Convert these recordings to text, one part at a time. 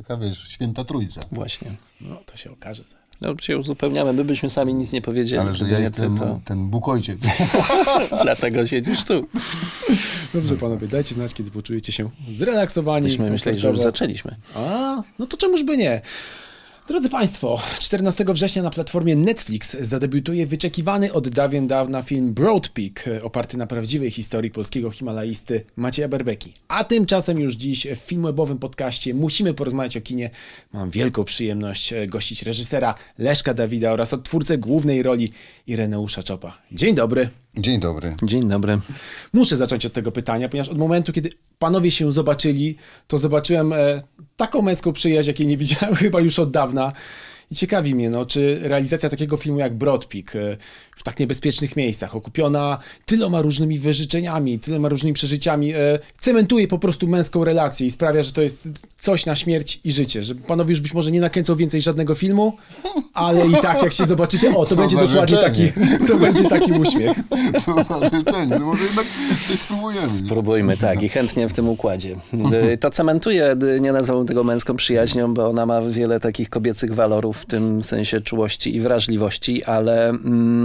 taka, wiesz, święta trójca. Właśnie. No, to się okaże. No, się uzupełniamy, my byśmy sami nic nie powiedzieli. Ale że ja jestem ten Bóg Ojciec. Dlatego siedzisz tu. Dobrze, panowie, dajcie znać, kiedy poczujecie się zrelaksowani. Myśmy myśleli, że już zaczęliśmy. No to czemuż by nie. Drodzy Państwo, 14 września na platformie Netflix zadebiutuje wyczekiwany od dawien dawna film Broad Peak, oparty na prawdziwej historii polskiego himalaisty Macieja Berbeki. A tymczasem już dziś w filmwebowym podcaście musimy porozmawiać o kinie. Mam wielką przyjemność gościć reżysera Leszka Dawida oraz odtwórcę głównej roli Ireneusza Czopa. Dzień dobry. Dzień dobry. Dzień dobry. Muszę zacząć od tego pytania, ponieważ od momentu, kiedy panowie się zobaczyli, to zobaczyłem taką męską przyjaźń, jakiej nie widziałem chyba już od dawna. I ciekawi mnie, czy realizacja takiego filmu jak Broad Peak w tak niebezpiecznych miejscach, okupiona tyloma różnymi wyrzeczeniami, tyloma różnymi przeżyciami, cementuje po prostu męską relację i sprawia, że to jest coś na śmierć i życie. Że panowie już być może nie nakręcą więcej żadnego filmu, ale i tak jak się zobaczycie, to będzie dokładnie taki uśmiech. Co za życzenie. No może jednak coś spróbujemy. Spróbujmy, tak, i chętnie w tym układzie. To cementuje, nie nazwałbym tego męską przyjaźnią, bo ona ma wiele takich kobiecych walorów, w tym sensie czułości i wrażliwości, ale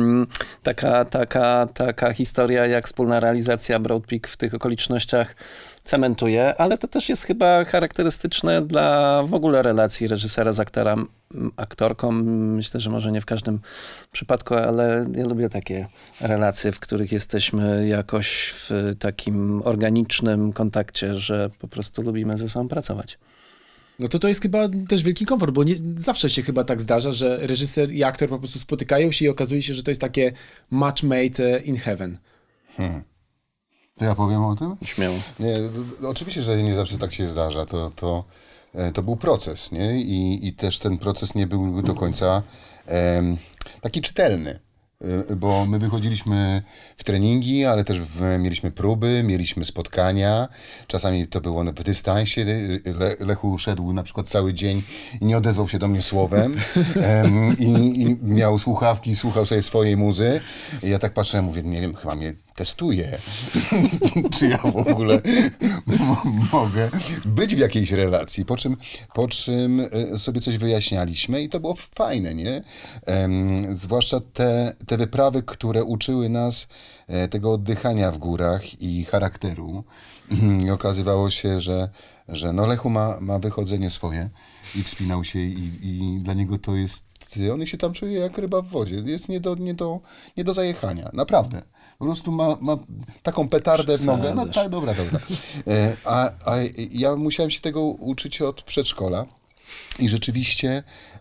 taka historia jak wspólna realizacja Broad Peak w tych okolicznościach cementuje, ale to też jest chyba charakterystyczne dla w ogóle relacji reżysera z aktorką. Myślę, że może nie w każdym przypadku, ale ja lubię takie relacje, w których jesteśmy jakoś w takim organicznym kontakcie, że po prostu lubimy ze sobą pracować. No to jest chyba też wielki komfort, bo nie zawsze się chyba tak zdarza, że reżyser i aktor po prostu spotykają się i okazuje się, że to jest takie match made in heaven. To ja powiem o tym? Śmiało. Nie, oczywiście, że nie zawsze tak się zdarza. To był proces, nie? I też ten proces nie był do końca taki czytelny. Bo my wychodziliśmy w treningi, ale też mieliśmy próby, mieliśmy spotkania. Czasami to było w dystansie. Lechu szedł na przykład cały dzień i nie odezwał się do mnie słowem. I miał słuchawki, słuchał sobie swojej muzy. I ja tak patrzę, mówię, nie wiem, chyba mnie testuje. Czy ja w ogóle mogę być w jakiejś relacji. Po czym sobie coś wyjaśnialiśmy i to było fajne, nie? Zwłaszcza te wyprawy, które uczyły nas tego oddychania w górach i charakteru. I okazywało się, że Lechu ma wychodzenie swoje i wspinał się i dla niego to jest, on się tam czuje jak ryba w wodzie. Jest nie do zajechania. Naprawdę. Po prostu ma taką petardę w nogę. No tak, dobra. A ja musiałem się tego uczyć od przedszkola i rzeczywiście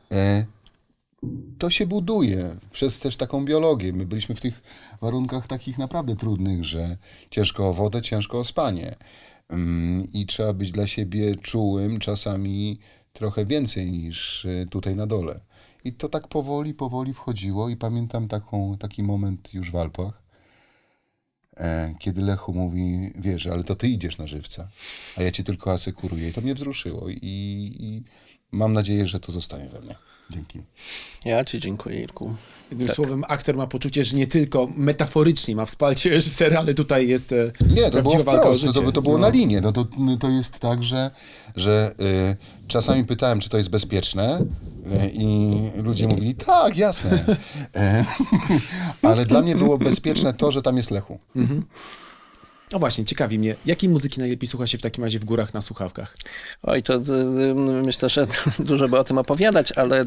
to się buduje przez też taką biologię. My byliśmy w tych warunkach takich naprawdę trudnych, że ciężko o wodę, ciężko o spanie. I trzeba być dla siebie czułym, czasami trochę więcej niż tutaj na dole. I to tak powoli wchodziło i pamiętam taki moment już w Alpach, kiedy Lechu mówi, wiesz, ale to ty idziesz na żywca, a ja cię tylko asekuruję. I to mnie wzruszyło i mam nadzieję, że to zostanie we mnie. Dzięki. Ja ci dziękuję, Irku. Jednym słowem, aktor ma poczucie, że nie tylko metaforycznie ma wsparcie reżysera, ale tutaj jest prawdziwa walka o życie. To było no. na linie. To jest tak, że czasami pytałem, czy to jest bezpieczne i ludzie mówili, tak, jasne. Ale dla mnie było bezpieczne to, że tam jest Lechu. Mhm. No właśnie, ciekawi mnie, jakiej muzyki najlepiej słucha się w takim razie w górach na słuchawkach? Oj, to myślę, że dużo by o tym opowiadać, ale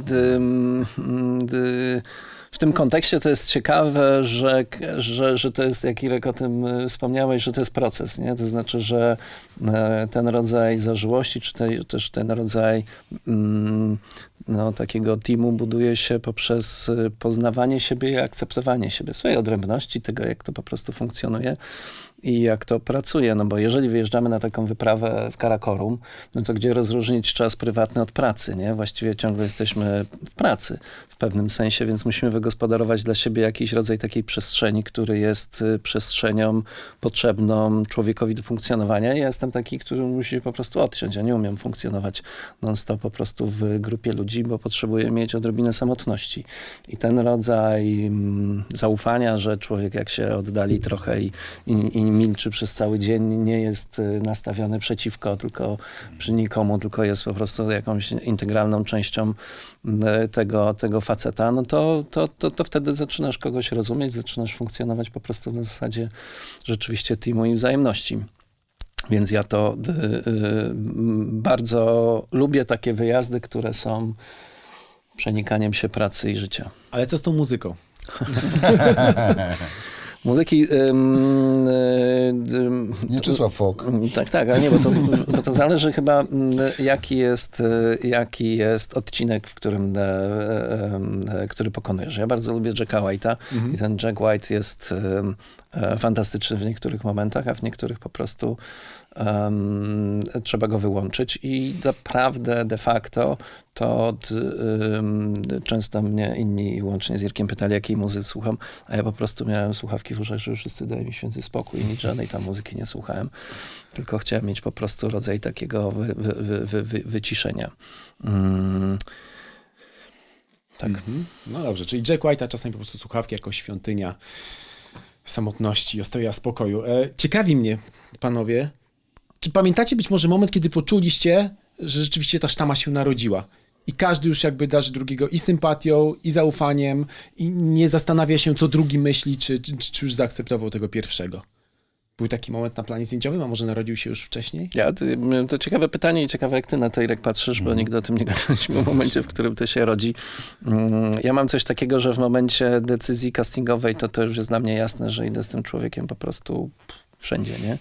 w tym kontekście to jest ciekawe, że to jest, jak Irek o tym wspomniałeś, że to jest proces, nie? To znaczy, że ten rodzaj zażyłości, czy też ten rodzaj takiego teamu buduje się poprzez poznawanie siebie i akceptowanie siebie, swojej odrębności, tego, jak to po prostu funkcjonuje i jak to pracuje, bo jeżeli wyjeżdżamy na taką wyprawę w Karakorum, to gdzie rozróżnić czas prywatny od pracy, nie? Właściwie ciągle jesteśmy w pracy w pewnym sensie, więc musimy wygospodarować dla siebie jakiś rodzaj takiej przestrzeni, który jest przestrzenią potrzebną człowiekowi do funkcjonowania. Ja jestem taki, który musi się po prostu odciąć. Ja nie umiem funkcjonować non-stop po prostu w grupie ludzi. przychodzi, bo potrzebuje mieć odrobinę samotności. I ten rodzaj zaufania, że człowiek jak się oddali trochę i milczy przez cały dzień, nie jest nastawiony przeciwko, tylko przy nikomu, tylko jest po prostu jakąś integralną częścią tego faceta, no to wtedy zaczynasz kogoś rozumieć, zaczynasz funkcjonować po prostu na zasadzie rzeczywiście teamu i wzajemności. Więc ja to bardzo lubię takie wyjazdy, które są przenikaniem się pracy i życia. Ale co z tą muzyką? Muzyki... Mieczysław Fok. Tak, a nie, bo to zależy chyba, jaki jest odcinek, w którym który pokonujesz. Ja bardzo lubię Jacka White'a i ten Jack White jest fantastyczny w niektórych momentach, a w niektórych po prostu trzeba go wyłączyć i naprawdę de facto to często mnie inni, łącznie z Irkiem, pytali, jakiej muzyki słucham, a ja po prostu miałem słuchawki w uszach, że wszyscy daj mi święty spokój i nic żadnej tam muzyki nie słuchałem, tylko chciałem mieć po prostu rodzaj takiego wyciszenia. Tak. No dobrze, czyli Jack White, a czasami po prostu słuchawki jako świątynia samotności, ostoja spokoju. Ciekawi mnie, panowie, czy pamiętacie być może moment, kiedy poczuliście, że rzeczywiście ta sztama się narodziła i każdy już jakby darzy drugiego i sympatią, i zaufaniem, i nie zastanawia się, co drugi myśli, czy już zaakceptował tego pierwszego? Był taki moment na planie zdjęciowym, a może narodził się już wcześniej? To ciekawe pytanie i ciekawe, jak ty na to, Irek, patrzysz, bo nigdy o tym nie gadaliśmy w momencie, w którym to się rodzi. Ja mam coś takiego, że w momencie decyzji castingowej to już jest dla mnie jasne, że idę z tym człowiekiem po prostu wszędzie, nie?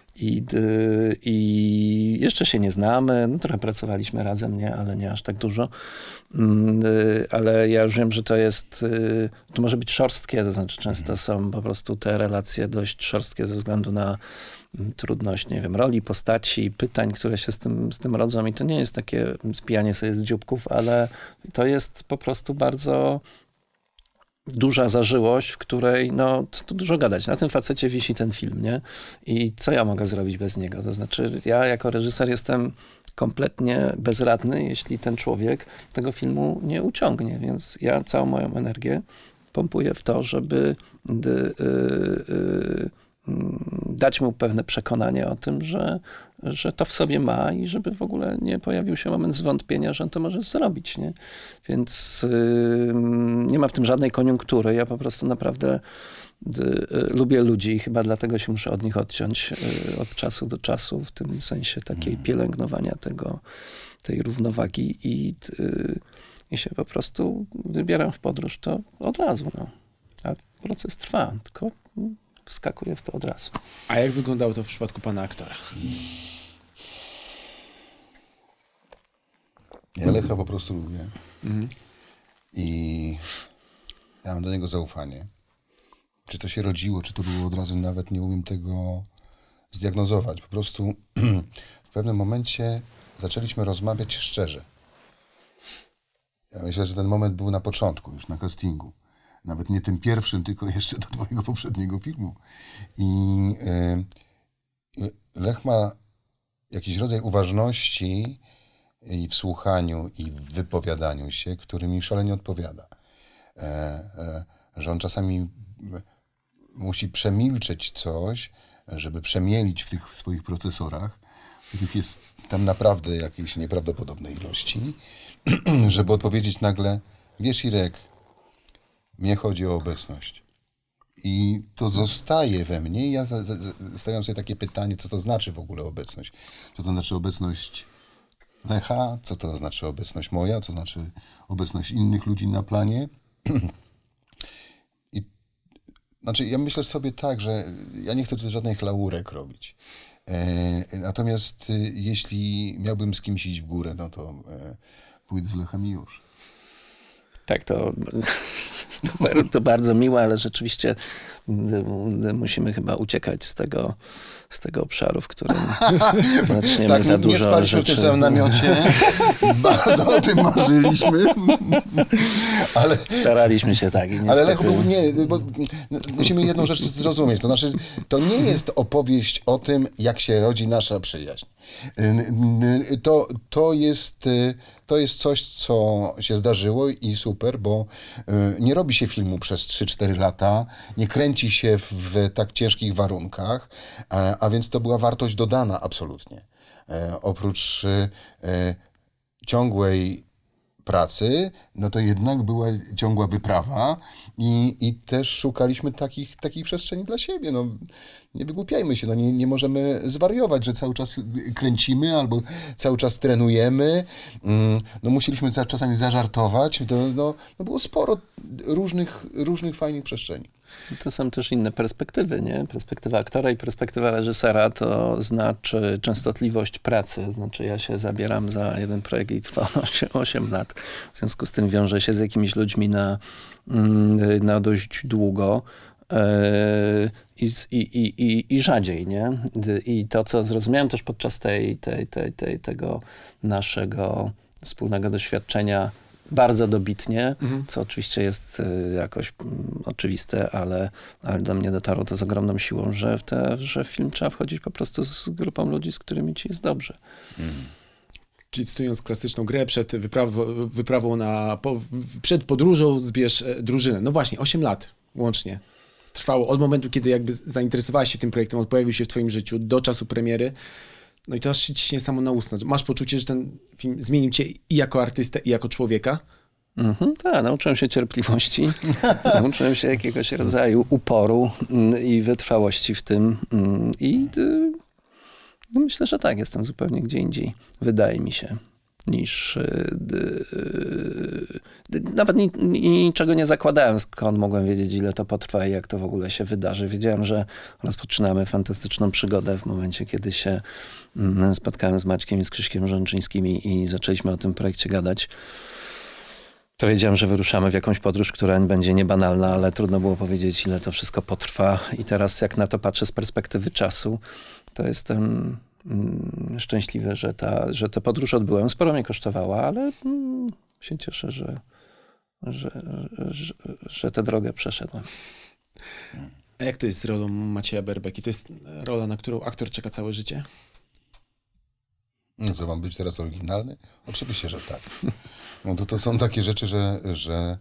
I jeszcze się nie znamy, no trochę pracowaliśmy razem, nie, ale nie aż tak dużo, ale ja już wiem, że to może być szorstkie, to znaczy często są po prostu te relacje dość szorstkie ze względu na trudność, nie wiem, roli, postaci, pytań, które się z tym rodzą i to nie jest takie spijanie sobie z dzióbków, ale to jest po prostu bardzo duża zażyłość, w której, no, co tu dużo gadać. Na tym facecie wisi ten film, nie? I co ja mogę zrobić bez niego? To znaczy, ja jako reżyser jestem kompletnie bezradny, jeśli ten człowiek tego filmu nie uciągnie, więc ja całą moją energię pompuję w to, żeby dać mu pewne przekonanie o tym, że to w sobie ma i żeby w ogóle nie pojawił się moment zwątpienia, że on to może zrobić, nie? Więc nie ma w tym żadnej koniunktury. Ja po prostu naprawdę lubię ludzi i chyba dlatego się muszę od nich odciąć od czasu do czasu, w tym sensie takiej pielęgnowania tej równowagi i się po prostu wybieram w podróż, to od razu, no. A proces trwa, tylko wskakuję w to od razu. A jak wyglądało to w przypadku pana aktora? Ja Lecha po prostu lubię. I ja mam do niego zaufanie. Czy to się rodziło, czy to było od razu, nawet nie umiem tego zdiagnozować. Po prostu w pewnym momencie zaczęliśmy rozmawiać szczerze. Ja myślę, że ten moment był na początku, już na castingu. Nawet nie tym pierwszym, tylko jeszcze do twojego poprzedniego filmu. I Lech ma jakiś rodzaj uważności i w słuchaniu, i w wypowiadaniu się, który mi szalenie odpowiada. Że on czasami musi przemilczeć coś, żeby przemielić w tych swoich procesorach, których jest tam naprawdę jakiejś nieprawdopodobnej ilości, żeby odpowiedzieć nagle, wiesz, Irek, mnie chodzi o obecność. I to zostaje we mnie i ja stawiam sobie takie pytanie, co to znaczy w ogóle obecność? Co to znaczy obecność Lecha? Co to znaczy obecność moja? Co to znaczy obecność innych ludzi na planie? I znaczy, ja myślę sobie tak, że ja nie chcę tu żadnych laurek robić. Natomiast jeśli miałbym z kimś iść w górę, no to pójdę z Lechem i już. Tak, to To bardzo miłe, ale rzeczywiście musimy chyba uciekać z tego obszaru, w którym zaczniemy Tak, za nie dużo spaliśmy w tym rzeczy. samym namiocie. Bardzo o tym marzyliśmy. Ale Staraliśmy się tak i niestety... Ale Lechu, nie, bo musimy jedną rzecz zrozumieć. To znaczy, to nie jest opowieść o tym, jak się rodzi nasza przyjaźń. To jest coś, co się zdarzyło i super, bo nie robi się filmu przez 3-4 lata, nie kręci się w tak ciężkich warunkach, a więc to była wartość dodana absolutnie. Oprócz ciągłej pracy, no to jednak była ciągła wyprawa i też szukaliśmy takich przestrzeni dla siebie. No, nie wygłupiajmy się, no nie możemy zwariować, że cały czas kręcimy albo cały czas trenujemy. No musieliśmy czasami zażartować. No było sporo różnych fajnych przestrzeni. To są też inne perspektywy, nie? Perspektywa aktora i perspektywa reżysera to znaczy częstotliwość pracy. Znaczy ja się zabieram za jeden projekt i trwa 8 lat. W związku z tym wiąże się z jakimiś ludźmi na dość długo. I rzadziej, nie? I to, co zrozumiałem też podczas tego naszego wspólnego doświadczenia bardzo dobitnie, co oczywiście jest jakoś oczywiste, ale do mnie dotarło to z ogromną siłą, że w film trzeba wchodzić po prostu z grupą ludzi, z którymi ci jest dobrze. Czyli cytując klasyczną grę, przed wyprawą przed podróżą zbierz drużynę. No właśnie, 8 lat łącznie trwało od momentu, kiedy jakby zainteresowałeś się tym projektem, on pojawił się w twoim życiu, do czasu premiery. No i to aż się ciśnie samo na usta. Masz poczucie, że ten film zmienił cię i jako artystę, i jako człowieka? Tak, nauczyłem się cierpliwości, nauczyłem się jakiegoś rodzaju uporu i wytrwałości w tym no myślę, że tak, jestem zupełnie gdzie indziej, wydaje mi się, niż nawet niczego nie zakładałem, skąd mogłem wiedzieć, ile to potrwa i jak to w ogóle się wydarzy. Wiedziałem, że rozpoczynamy fantastyczną przygodę w momencie, kiedy się spotkałem z Maćkiem i z Krzyśkiem Rzączyńskimi i zaczęliśmy o tym projekcie gadać. To wiedziałem, że wyruszamy w jakąś podróż, która będzie niebanalna, ale trudno było powiedzieć, ile to wszystko potrwa. I teraz jak na to patrzę z perspektywy czasu, to jestem szczęśliwy, że tę podróż odbyłem. Sporo mnie kosztowała, ale się cieszę, że tę drogę przeszedłem. A jak to jest z rolą Macieja Berbeki? To jest rola, na którą aktor czeka całe życie? No co, mam być teraz oryginalny? Oczywiście, że tak. No to są takie rzeczy, że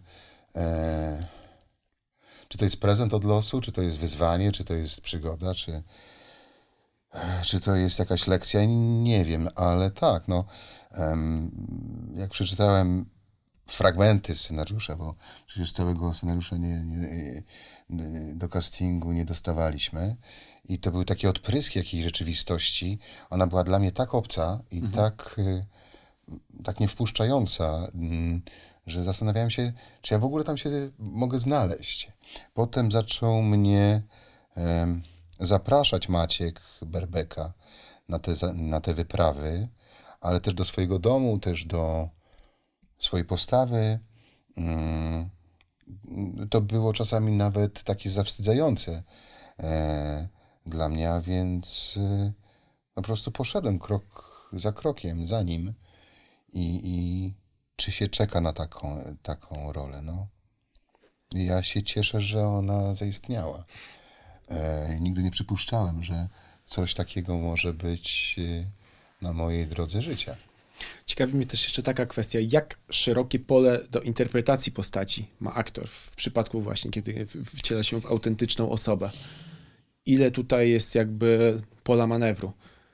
czy to jest prezent od losu, czy to jest wyzwanie, czy to jest przygoda, czy to jest jakaś lekcja? Nie wiem, ale tak, no jak przeczytałem fragmenty scenariusza, bo przecież całego scenariusza do castingu nie dostawaliśmy i to były takie odpryski jakiejś rzeczywistości. Ona była dla mnie tak obca i tak niewpuszczająca, że zastanawiałem się, czy ja w ogóle tam się mogę znaleźć. Potem zaczął mnie zapraszać Maciek Berbeka na te wyprawy, ale też do swojego domu, też do swojej postawy. To było czasami nawet takie zawstydzające dla mnie, a więc po prostu poszedłem krok za krokiem za nim i czy się czeka na taką rolę. No. Ja się cieszę, że ona zaistniała. Nigdy nie przypuszczałem, że coś takiego może być na mojej drodze życia. Ciekawi mnie też jeszcze taka kwestia, jak szerokie pole do interpretacji postaci ma aktor w przypadku właśnie, kiedy wciela się w autentyczną osobę. Ile tutaj jest jakby pola manewru?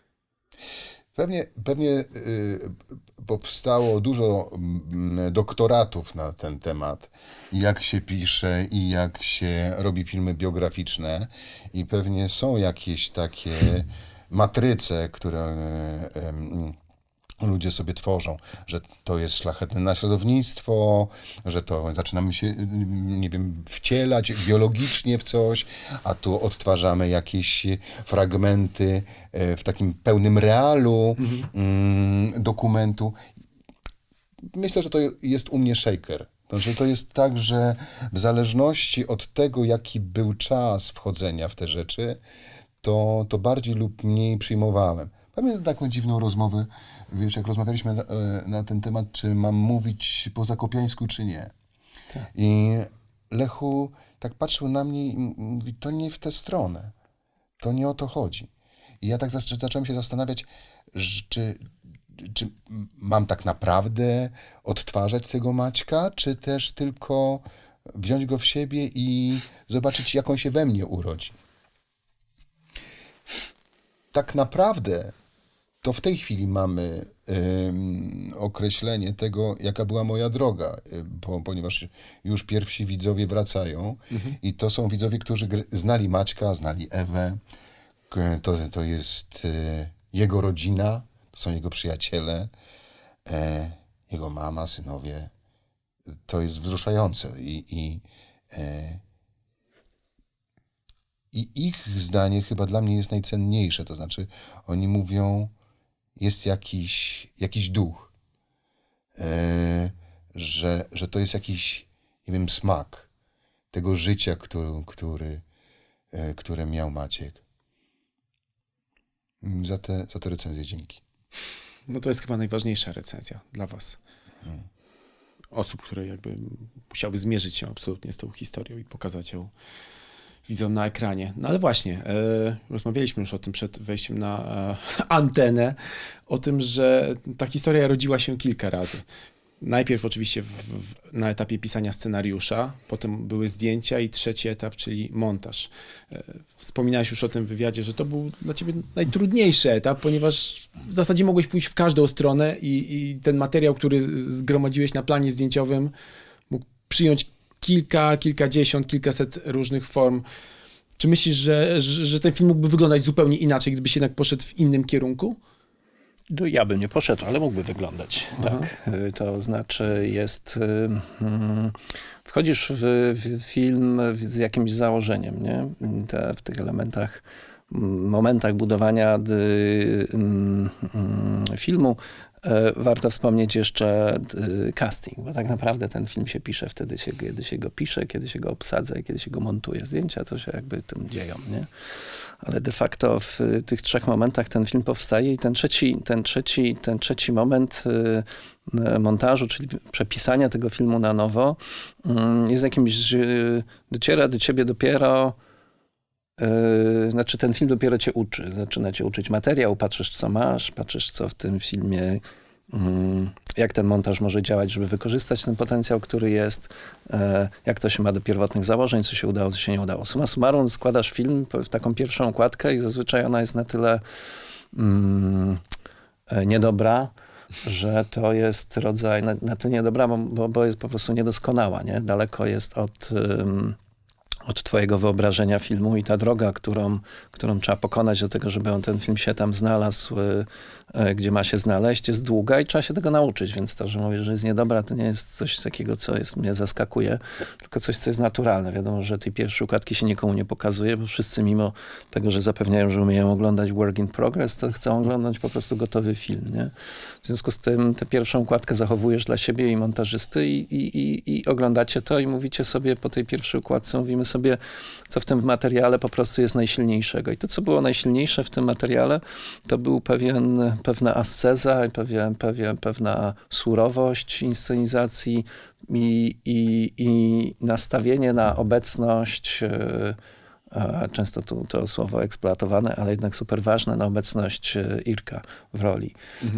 Pewnie powstało dużo doktoratów na ten temat, jak się pisze i jak się robi filmy biograficzne i pewnie są jakieś takie matryce, które ludzie sobie tworzą, że to jest szlachetne naśladownictwo, że to zaczynamy się, nie wiem, wcielać biologicznie w coś, a tu odtwarzamy jakieś fragmenty w takim pełnym realu dokumentu. Myślę, że to jest u mnie shaker. Znaczy, to jest tak, że w zależności od tego, jaki był czas wchodzenia w te rzeczy, to bardziej lub mniej przyjmowałem. Pamiętam taką dziwną rozmowę, wiesz, jak rozmawialiśmy na ten temat, czy mam mówić po zakopiańsku, czy nie. Tak. I Lechu tak patrzył na mnie i mówi, to nie w tę stronę. To nie o to chodzi. I ja tak zacząłem się zastanawiać, czy mam tak naprawdę odtwarzać tego Maćka, czy też tylko wziąć go w siebie i zobaczyć, jak on się we mnie urodzi. Tak naprawdę to w tej chwili mamy określenie tego, jaka była moja droga, ponieważ już pierwsi widzowie wracają i to są widzowie, którzy znali Maćka, znali Ewę, to jest jego rodzina, to są jego przyjaciele, jego mama, synowie. To jest wzruszające i ich zdanie chyba dla mnie jest najcenniejsze. To znaczy, oni mówią, jest jakiś duch, że to jest jakiś, nie wiem, smak tego życia, które miał Maciek. Za te recenzje dzięki. No to jest chyba najważniejsza recenzja dla was. Osób, które jakby musiały zmierzyć się absolutnie z tą historią i pokazać ją widzom na ekranie. No ale właśnie, rozmawialiśmy już o tym przed wejściem na antenę, o tym, że ta historia rodziła się kilka razy. Najpierw oczywiście na etapie pisania scenariusza, potem były zdjęcia i trzeci etap, czyli montaż. Wspominałeś już o tym w wywiadzie, że to był dla ciebie najtrudniejszy etap, ponieważ w zasadzie mogłeś pójść w każdą stronę i ten materiał, który zgromadziłeś na planie zdjęciowym, mógł przyjąć kilkadziesiąt, kilkaset różnych form. Czy myślisz, że ten film mógłby wyglądać zupełnie inaczej, gdybyś jednak poszedł w innym kierunku? No, ja bym nie poszedł, ale mógłby wyglądać. Tak. To znaczy wchodzisz w film z jakimś założeniem, nie? W tych elementach, momentach budowania filmu warto wspomnieć jeszcze casting, bo tak naprawdę ten film się pisze wtedy, kiedy się go pisze, kiedy się go obsadza i kiedy się go montuje. Zdjęcia to się jakby tym dzieją, nie? Ale de facto w tych trzech momentach ten film powstaje i ten trzeci moment montażu, czyli przepisania tego filmu na nowo, jest jakimś, dociera do ciebie dopiero, znaczy ten film dopiero cię uczy, zaczyna cię uczyć materiał, patrzysz co masz, patrzysz co w tym filmie, jak ten montaż może działać, żeby wykorzystać ten potencjał, który jest, jak to się ma do pierwotnych założeń, co się udało, co się nie udało. Summa summarum składasz film w taką pierwszą okładkę i zazwyczaj ona jest na tyle niedobra, że to jest rodzaj, na tyle niedobra, bo jest po prostu niedoskonała, nie? Daleko jest od twojego wyobrażenia filmu i ta droga, którą trzeba pokonać do tego, żeby on ten film się tam znalazł, gdzie ma się znaleźć, jest długa i trzeba się tego nauczyć, więc to, że mówię, że jest niedobra, to nie jest coś takiego, co mnie zaskakuje, tylko coś, co jest naturalne. Wiadomo, że tej pierwszej układki się nikomu nie pokazuje, bo wszyscy mimo tego, że zapewniają, że umieją oglądać work in progress, to chcą oglądać po prostu gotowy film, nie? W związku z tym tę pierwszą układkę zachowujesz dla siebie i montażysty i oglądacie to i mówicie sobie po tej pierwszej układce, mówimy sobie, co w tym materiale po prostu jest najsilniejszego. I to, co było najsilniejsze w tym materiale, to był pewna asceza i pewna surowość inscenizacji i nastawienie na obecność, często to słowo eksploatowane, ale jednak super ważne, na obecność Irka w roli.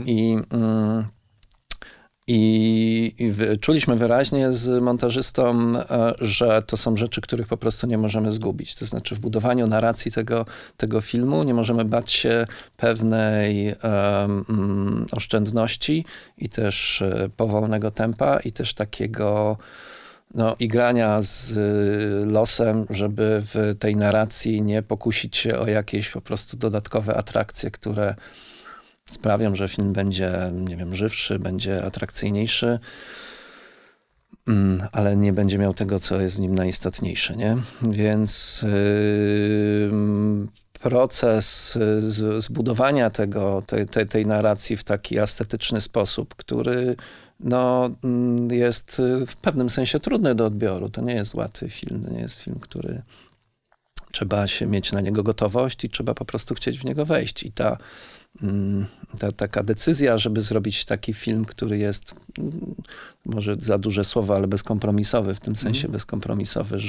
I czuliśmy wyraźnie z montażystą, że to są rzeczy, których po prostu nie możemy zgubić. To znaczy w budowaniu narracji tego filmu nie możemy bać się pewnej oszczędności i też powolnego tempa i też takiego igrania z losem, żeby w tej narracji nie pokusić się o jakieś po prostu dodatkowe atrakcje, które sprawią, że film będzie, nie wiem, żywszy, będzie atrakcyjniejszy, ale nie będzie miał tego, co jest w nim najistotniejsze, nie? Więc proces zbudowania tej narracji w taki estetyczny sposób, który jest w pewnym sensie trudny do odbioru. To nie jest łatwy film, to nie jest film, który trzeba się mieć na niego gotowość i trzeba po prostu chcieć w niego wejść. I ta taka decyzja, żeby zrobić taki film, który jest, może za duże słowo, ale bezkompromisowy, w tym sensie bezkompromisowy,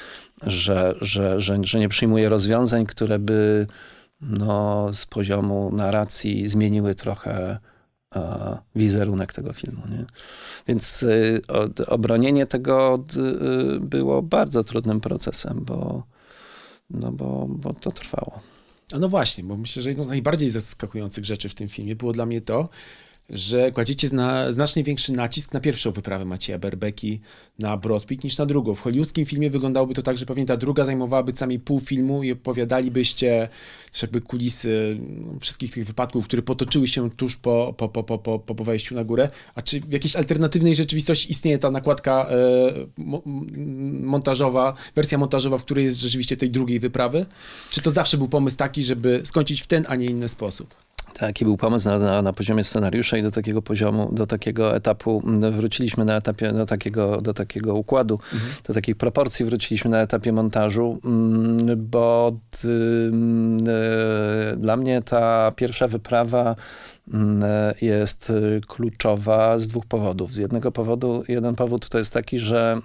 że nie przyjmuje rozwiązań, które by z poziomu narracji zmieniły trochę wizerunek tego filmu. Nie? Więc obronienie tego było bardzo trudnym procesem, bo to trwało. A no właśnie, bo myślę, że jedną z najbardziej zaskakujących rzeczy w tym filmie było dla mnie to, że kładziecie znacznie większy nacisk na pierwszą wyprawę Macieja Berbeki na Broad Peak niż na drugą. W hollywoodzkim filmie wyglądałoby to tak, że pewnie ta druga zajmowałaby co najmniej pół filmu i opowiadalibyście też jakby kulisy wszystkich tych wypadków, które potoczyły się tuż po wejściu na górę. A czy w jakiejś alternatywnej rzeczywistości istnieje ta nakładka montażowa, wersja montażowa, w której jest rzeczywiście tej drugiej wyprawy? Czy to zawsze był pomysł taki, żeby skończyć w ten, a nie inny sposób? Taki był pomysł na poziomie scenariusza i do takiego poziomu, do takiego etapu wróciliśmy na etapie, do takiego układu, do takiej proporcji wróciliśmy na etapie montażu, bo dla mnie ta pierwsza wyprawa jest kluczowa z dwóch powodów. Z jednego powodu, jeden powód to jest taki, że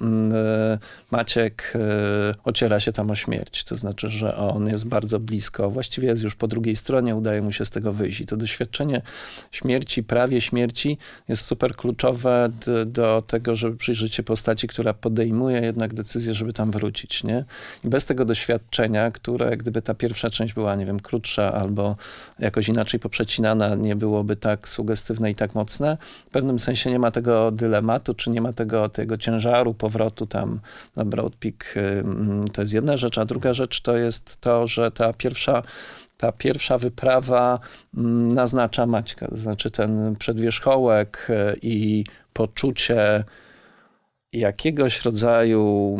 Maciek ociera się tam o śmierć. To znaczy, że on jest bardzo blisko, właściwie jest już po drugiej stronie, udaje mu się z tego wyjść. I to doświadczenie śmierci, prawie śmierci jest super kluczowe do tego, żeby przyjrzeć się postaci, która podejmuje jednak decyzję, żeby tam wrócić. Nie? I bez tego doświadczenia, które gdyby ta pierwsza część była, nie wiem, krótsza albo jakoś inaczej poprzecinana, nie byłoby tak sugestywne i tak mocne. W pewnym sensie nie ma tego dylematu, czy nie ma tego ciężaru powrotu tam na Broad Peak. To jest jedna rzecz, a druga rzecz to jest to, że ta pierwsza wyprawa naznacza Maćka. To znaczy ten przedwierzchołek i poczucie jakiegoś rodzaju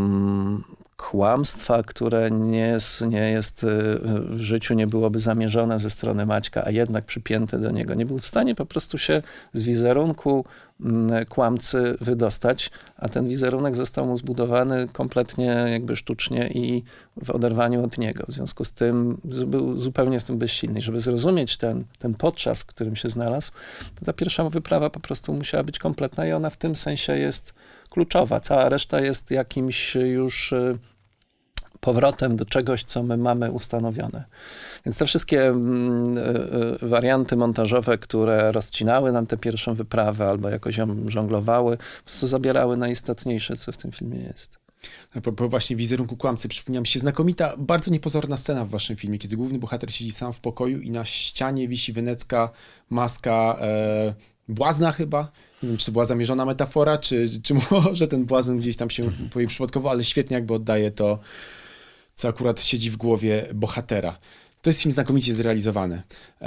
kłamstwa, które nie jest w życiu, nie byłoby zamierzone ze strony Maćka, a jednak przypięte do niego. Nie był w stanie po prostu się z wizerunku kłamcy wydostać, a ten wizerunek został mu zbudowany kompletnie jakby sztucznie i w oderwaniu od niego. W związku z tym był zupełnie w tym bezsilny. Żeby zrozumieć ten podczas, w którym się znalazł, ta pierwsza wyprawa po prostu musiała być kompletna i ona w tym sensie jest kluczowa. Cała reszta jest jakimś już powrotem do czegoś, co my mamy ustanowione. Więc te wszystkie warianty montażowe, które rozcinały nam tę pierwszą wyprawę albo jakoś ją żonglowały, po prostu zabierały najistotniejsze, co w tym filmie jest. A propos właśnie wizerunku kłamcy, przypomniała mi się znakomita, bardzo niepozorna scena w waszym filmie, kiedy główny bohater siedzi sam w pokoju i na ścianie wisi wenecka maska błazna chyba. Nie wiem, czy to była zamierzona metafora, czy może ten błazen gdzieś tam się pojawił przypadkowo, ale świetnie jakby oddaje to, co akurat siedzi w głowie bohatera. To jest film znakomicie zrealizowany.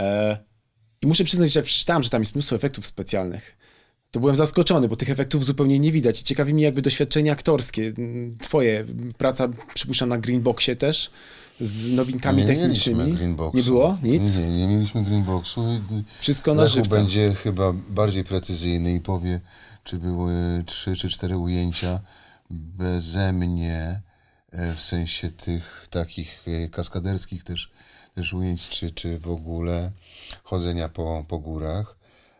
I muszę przyznać, że jak przeczytałem, że tam jest mnóstwo efektów specjalnych, to byłem zaskoczony, bo tych efektów zupełnie nie widać. I ciekawi mnie jakby doświadczenie aktorskie. Twoje praca, przypuszczam, na Greenboxie też, z nowinkami technicznymi. Nie mieliśmy Greenboxu. Nie było? Nic? Nie mieliśmy Greenboxu. Wszystko na żywca. Będzie chyba bardziej precyzyjny i powie, czy były 3 czy 4 ujęcia beze mnie, w sensie tych takich kaskaderskich też ujęć, czy w ogóle chodzenia po górach.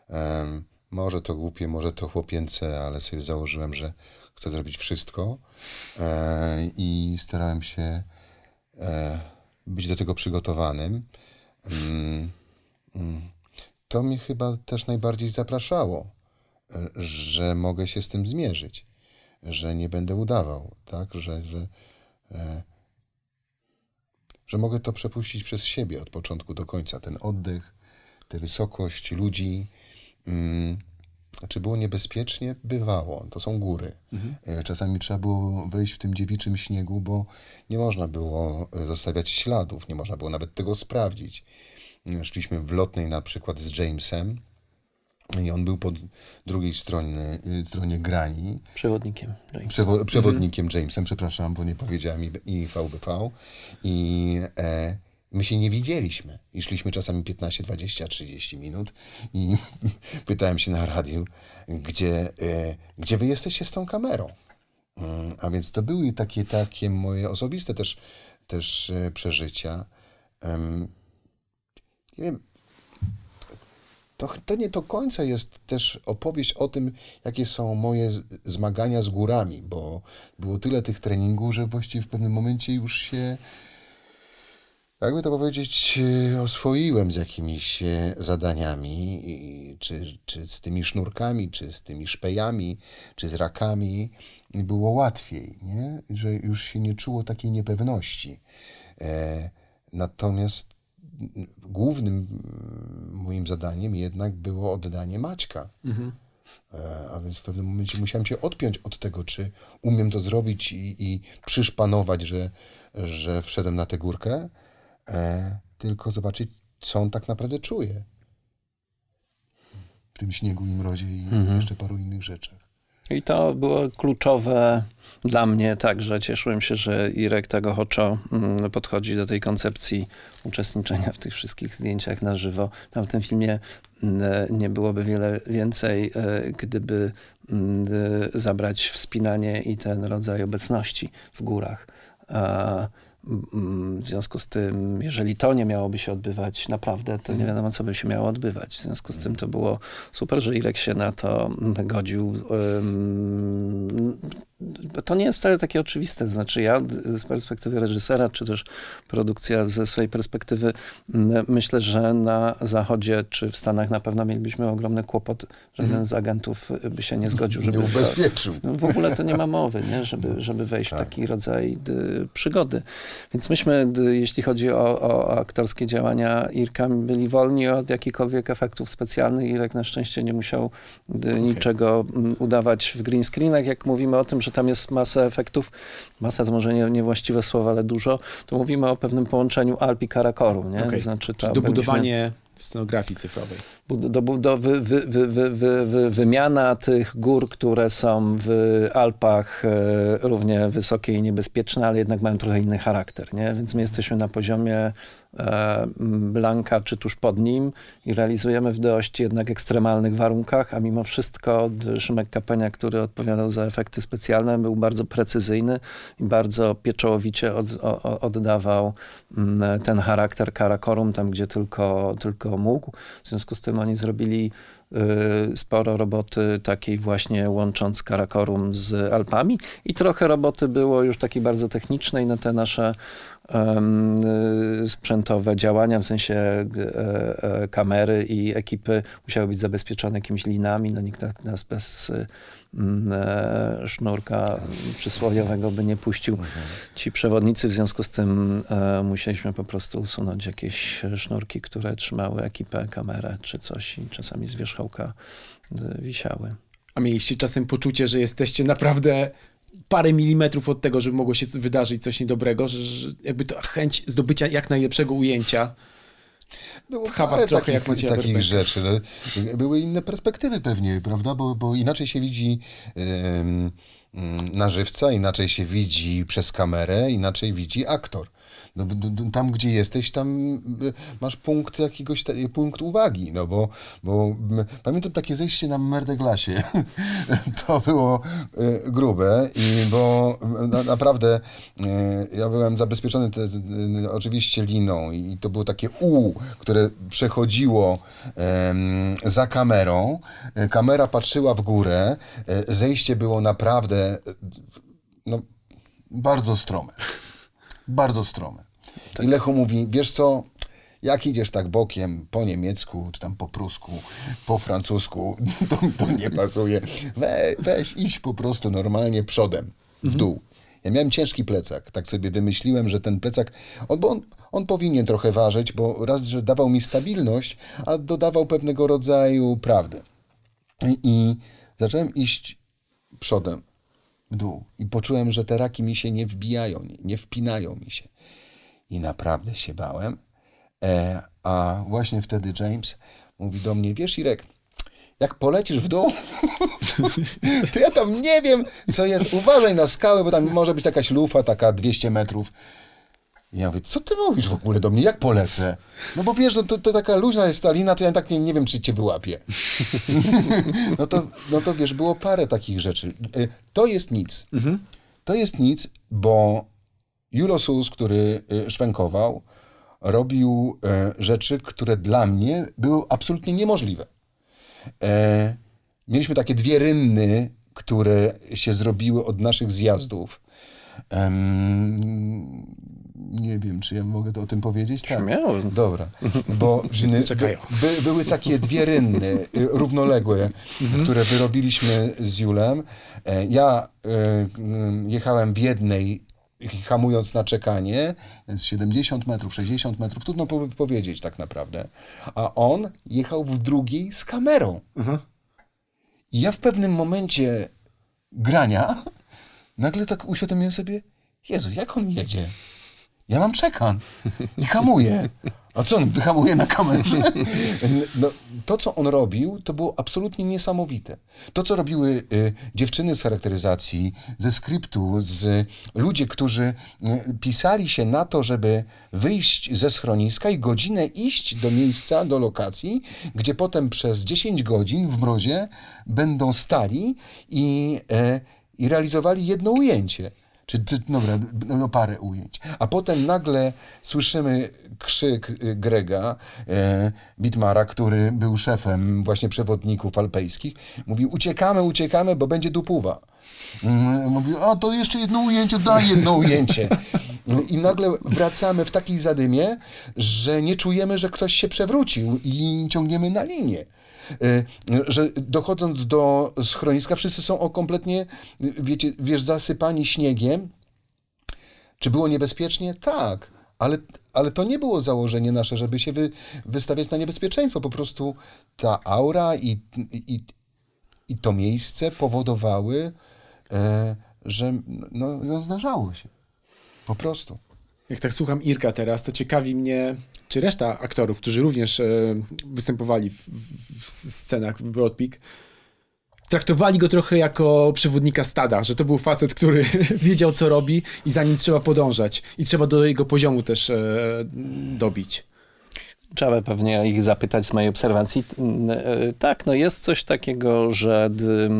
Może to głupie, może to chłopięce, ale sobie założyłem, że chcę zrobić wszystko i starałem się być do tego przygotowanym. To mnie chyba też najbardziej zapraszało, że mogę się z tym zmierzyć, że nie będę udawał, tak, że mogę to przepuścić przez siebie od początku do końca. Ten oddech, tę wysokość ludzi. Czy było niebezpiecznie? Bywało. To są góry. Czasami trzeba było wejść w tym dziewiczym śniegu, bo nie można było zostawiać śladów, nie można było nawet tego sprawdzić. Szliśmy w lotnej na przykład z Jamesem i on był po drugiej stronie grani. Przewodnikiem. Przewodnikiem Jamesem, przepraszam, bo nie powiedziałem i VBV. My się nie widzieliśmy. I szliśmy czasami 15, 20, 30 minut i pytałem się na radiu, gdzie wy jesteście z tą kamerą? A więc to były takie moje osobiste też przeżycia. Nie wiem, to nie do końca jest też opowieść o tym, jakie są moje zmagania z górami, bo było tyle tych treningów, że właściwie w pewnym momencie już się, jakby to powiedzieć, oswoiłem z jakimiś zadaniami, czy z tymi sznurkami, czy z tymi szpejami, czy z rakami. I było łatwiej, nie? Że już się nie czuło takiej niepewności. Natomiast głównym moim zadaniem jednak było oddanie Maćka. A więc w pewnym momencie musiałem się odpiąć od tego, czy umiem to zrobić i przyszpanować, że wszedłem na tę górkę, tylko zobaczyć, co on tak naprawdę czuje w tym śniegu i mrozie i jeszcze paru innych rzeczach. I to było kluczowe dla mnie także. Cieszyłem się, że Irek tak ochoczo podchodzi do tej koncepcji uczestniczenia w tych wszystkich zdjęciach na żywo. Tam w tym filmie nie byłoby wiele więcej, gdyby zabrać wspinanie i ten rodzaj obecności w górach. W związku z tym, jeżeli to nie miałoby się odbywać naprawdę, to nie wiadomo, co by się miało odbywać. W związku z tym to było super, że Irek się na to godził. To nie jest wcale takie oczywiste. Znaczy ja z perspektywy reżysera, czy też produkcja ze swojej perspektywy, myślę, że na Zachodzie, czy w Stanach na pewno mielibyśmy ogromny kłopot. Żaden z agentów by się nie zgodził, żeby... Nie ubezpieczył. W ogóle to nie ma mowy, nie? Żeby wejść w taki rodzaj przygody. Więc myśmy, jeśli chodzi o aktorskie działania Irka, byli wolni od jakichkolwiek efektów specjalnych. Irek na szczęście nie musiał niczego udawać w green screenach. Jak mówimy o tym, że tam jest masa efektów, masa to może niewłaściwe słowo, ale dużo, to mówimy o pewnym połączeniu Alp i Karakorum, nie? Okay. Znaczy to dobudowanie scenografii cyfrowej. Wymiana tych gór, które są w Alpach równie wysokie i niebezpieczne, ale jednak mają trochę inny charakter, nie? Więc my jesteśmy na poziomie Blanka czy tuż pod nim i realizujemy w dość jednak ekstremalnych warunkach, a mimo wszystko Szymek Kapenia, który odpowiadał za efekty specjalne, był bardzo precyzyjny i bardzo pieczołowicie oddawał ten charakter Karakorum tam, gdzie tylko mógł. W związku z tym oni zrobili sporo roboty takiej właśnie łącząc Karakorum z Alpami i trochę roboty było już takiej bardzo technicznej na te nasze sprzętowe działania, w sensie kamery i ekipy musiały być zabezpieczone jakimiś linami, no nikt nas bez sznurka przysłowiowego by nie puścił ci przewodnicy, w związku z tym musieliśmy po prostu usunąć jakieś sznurki, które trzymały ekipę, kamerę czy coś i czasami z wierzchołka wisiały. A mieliście czasem poczucie, że jesteście naprawdę parę milimetrów od tego, żeby mogło się wydarzyć coś niedobrego, że jakby to chęć zdobycia jak najlepszego ujęcia było was trochę takich rzeczy. Były inne perspektywy pewnie, prawda? Bo inaczej się widzi na żywca, inaczej się widzi przez kamerę, inaczej widzi aktor. No, tam, gdzie jesteś, tam masz punkt uwagi, no bo pamiętam takie zejście na Merdeglasie. To było grube bo naprawdę ja byłem zabezpieczony oczywiście liną i to było takie które przechodziło za kamerą. Kamera patrzyła w górę. Zejście było naprawdę bardzo strome. Bardzo strome. Tak. I Lecho mówi, wiesz co, jak idziesz tak bokiem po niemiecku, czy tam po prusku, po francusku, to nie pasuje. Weź iść po prostu normalnie przodem, w dół. Ja miałem ciężki plecak, tak sobie wymyśliłem, że ten plecak, on powinien trochę ważyć, bo raz, że dawał mi stabilność, a dodawał pewnego rodzaju prawdę. I zacząłem iść przodem, w dół. I poczułem, że te raki mi się nie wbijają, nie wpinają mi się. I naprawdę się bałem. A właśnie wtedy James mówi do mnie, wiesz Irek, jak polecisz w dół, to ja tam nie wiem, co jest. Uważaj na skałę, bo tam może być jakaś lufa, taka 200 metrów. I ja mówię, co ty mówisz w ogóle do mnie, jak polecę? No bo wiesz, to taka luźna jest ta lina, to ja tak nie wiem, czy cię wyłapię. no to wiesz, było parę takich rzeczy. To jest nic. To jest nic, bo Julo Sus, który szwękował, robił rzeczy, które dla mnie były absolutnie niemożliwe. Mieliśmy takie 2 rynny, które się zrobiły od naszych zjazdów. Nie wiem, czy ja mogę to o tym powiedzieć? Tak. Śmiało. Dobra, bo Wszyscy czekają. były takie 2 rynny równoległe, które wyrobiliśmy z Julem. Ja jechałem w jednej, hamując na czekanie, 70 metrów, 60 metrów, trudno powiedzieć tak naprawdę. A on jechał w drugiej z kamerą. I ja w pewnym momencie grania nagle tak uświadomiłem sobie, Jezu, jak on jedzie? Ja mam czekan i hamuję. A co on wyhamuje na kamerze? No, to, co on robił, to było absolutnie niesamowite. To, co robiły dziewczyny z charakteryzacji, ze skryptu, ludzie, którzy pisali się na to, żeby wyjść ze schroniska i godzinę iść do miejsca, do lokacji, gdzie potem przez 10 godzin w mrozie będą stali i realizowali jedno ujęcie. Dobra, no parę ujęć. A potem nagle słyszymy krzyk Grega Bitmara, który był szefem właśnie przewodników alpejskich. Mówi, uciekamy, bo będzie dupuwa. Mówi, a to jeszcze jedno ujęcie, daj jedno ujęcie. I nagle wracamy w takiej zadymie, że nie czujemy, że ktoś się przewrócił i ciągniemy na linię. Że dochodząc do schroniska, wszyscy są kompletnie, wiesz, zasypani śniegiem. Czy było niebezpiecznie? Tak, ale to nie było założenie nasze, żeby się wystawiać na niebezpieczeństwo. Po prostu ta aura i to miejsce powodowały, że no, zdarzało się. Po prostu. Jak tak słucham Irka teraz, to ciekawi mnie, czy reszta aktorów, którzy również występowali w scenach w Broad Peak, traktowali go trochę jako przewodnika stada, że to był facet, który wiedział, co robi i za nim trzeba podążać i trzeba do jego poziomu też dobić. Trzeba pewnie ich zapytać z mojej obserwacji. Tak, no jest coś takiego, że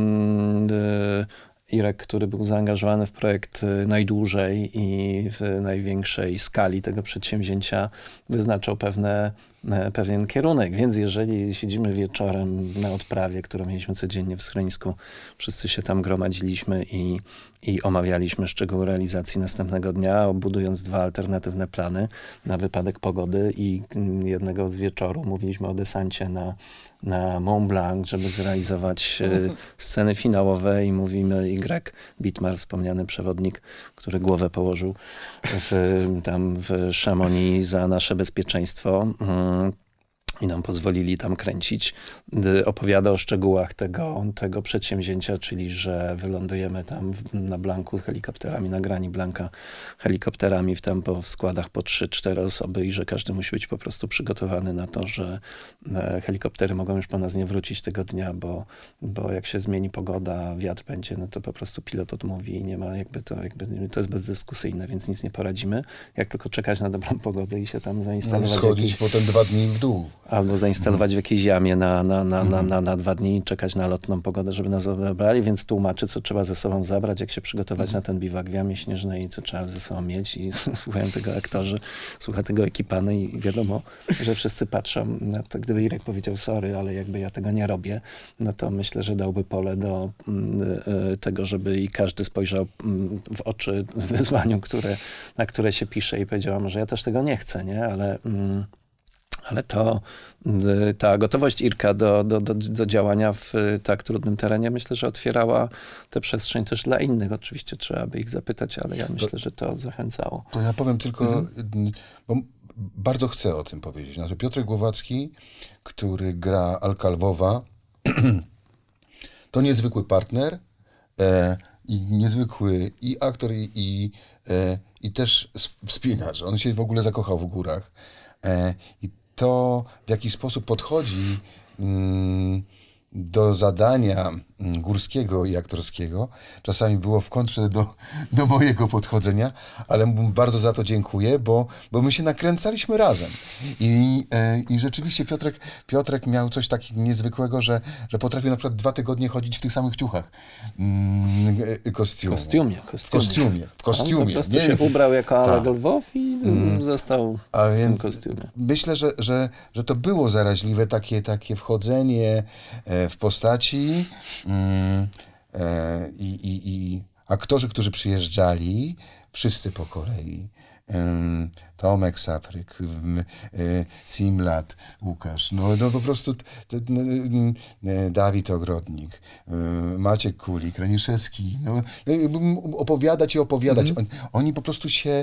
Irek, który był zaangażowany w projekt najdłużej i w największej skali tego przedsięwzięcia, wyznaczał pewien kierunek. Więc jeżeli siedzimy wieczorem na odprawie, którą mieliśmy codziennie w schronisku, wszyscy się tam gromadziliśmy i omawialiśmy szczegóły realizacji następnego dnia, budując 2 alternatywne plany na wypadek pogody i jednego z wieczoru mówiliśmy o desancie na Mont Blanc, żeby zrealizować sceny finałowe i mówimy Y, Bitmar, wspomniany przewodnik, który głowę położył tam w Chamonix za nasze bezpieczeństwo i nam pozwolili tam kręcić. Opowiada o szczegółach tego przedsięwzięcia, czyli że wylądujemy tam na Blanku z helikopterami, na grani Blanka helikopterami w składach po 3-4 osoby i że każdy musi być po prostu przygotowany na to, że helikoptery mogą już po nas nie wrócić tego dnia, bo jak się zmieni pogoda, wiatr będzie, no to po prostu pilot odmówi i nie ma to jest bezdyskusyjne, więc nic nie poradzimy. Jak tylko czekać na dobrą pogodę i się tam zainstalować. Schodzić potem 2 dni w dół. Albo zainstalować w jakiejś jamie na 2 dni i czekać na lotną pogodę, żeby nas odebrali, więc tłumaczy, co trzeba ze sobą zabrać, jak się przygotować na ten biwak w jamie śnieżnej i co trzeba ze sobą mieć. I słuchają tego aktorzy, słucha tego ekipa, no i wiadomo, że wszyscy patrzą na to. Gdyby Irek powiedział sorry, ale jakby ja tego nie robię, no to myślę, że dałby pole do tego, żeby i każdy spojrzał w oczy wyzwaniu, na które się pisze i powiedział, może ja też tego nie chcę, nie? Ale ta gotowość Irka do działania w tak trudnym terenie, myślę, że otwierała tę przestrzeń też dla innych. Oczywiście trzeba by ich zapytać, ale ja myślę, że to zachęcało. To ja powiem tylko, bo bardzo chcę o tym powiedzieć. Znaczy Piotr Głowacki, który gra Alka Lwowa, to niezwykły partner i niezwykły i aktor, i też wspinacz. On się w ogóle zakochał w górach. I to, w jaki sposób podchodzi do zadania górskiego i aktorskiego. Czasami było w kontrze do mojego podchodzenia, ale mu bardzo za to dziękuję, bo my się nakręcaliśmy razem. I rzeczywiście Piotrek miał coś takiego niezwykłego, że potrafił na przykład 2 tygodnie chodzić w tych samych ciuchach kostiumu. W kostiumie. On po prostu się ubrał jako Alec Tak. Lwow i został A w tym więc kostiumie. myślę, że to było zaraźliwe, takie wchodzenie w postaci i aktorzy, którzy przyjeżdżali, wszyscy po kolei. Tomek Sapryk, Simlat, Łukasz, no po prostu Dawid Ogrodnik, Maciek Kulik, Raniszewski, opowiadać. Oni po prostu się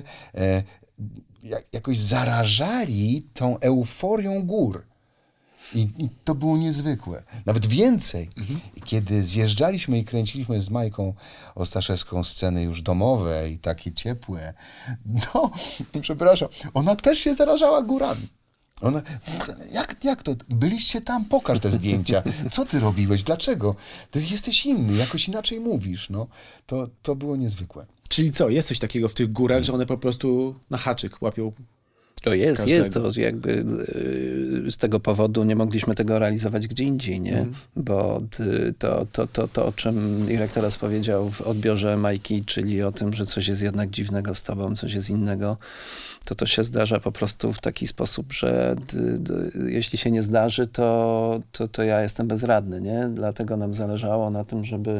jakoś zarażali tą euforią gór. I to było niezwykłe. Nawet więcej. Kiedy zjeżdżaliśmy i kręciliśmy z Majką Ostaszewską sceny już domowe i takie ciepłe, no, przepraszam, ona też się zarażała górami. Ona, jak to? Byliście tam, pokaż te zdjęcia. Co ty robiłeś? Dlaczego? Ty jesteś inny, jakoś inaczej mówisz. No, to było niezwykłe. Czyli co, jest coś takiego w tych górach, że one po prostu na haczyk łapią? To jest, każdego. to jakby z tego powodu nie mogliśmy tego realizować gdzie indziej, nie? Bo to, o czym Irek teraz powiedział w odbiorze Majki, czyli o tym, że coś jest jednak dziwnego z tobą, coś jest innego, to się zdarza po prostu w taki sposób, że jeśli się nie zdarzy, to ja jestem bezradny, nie? Dlatego nam zależało na tym, żeby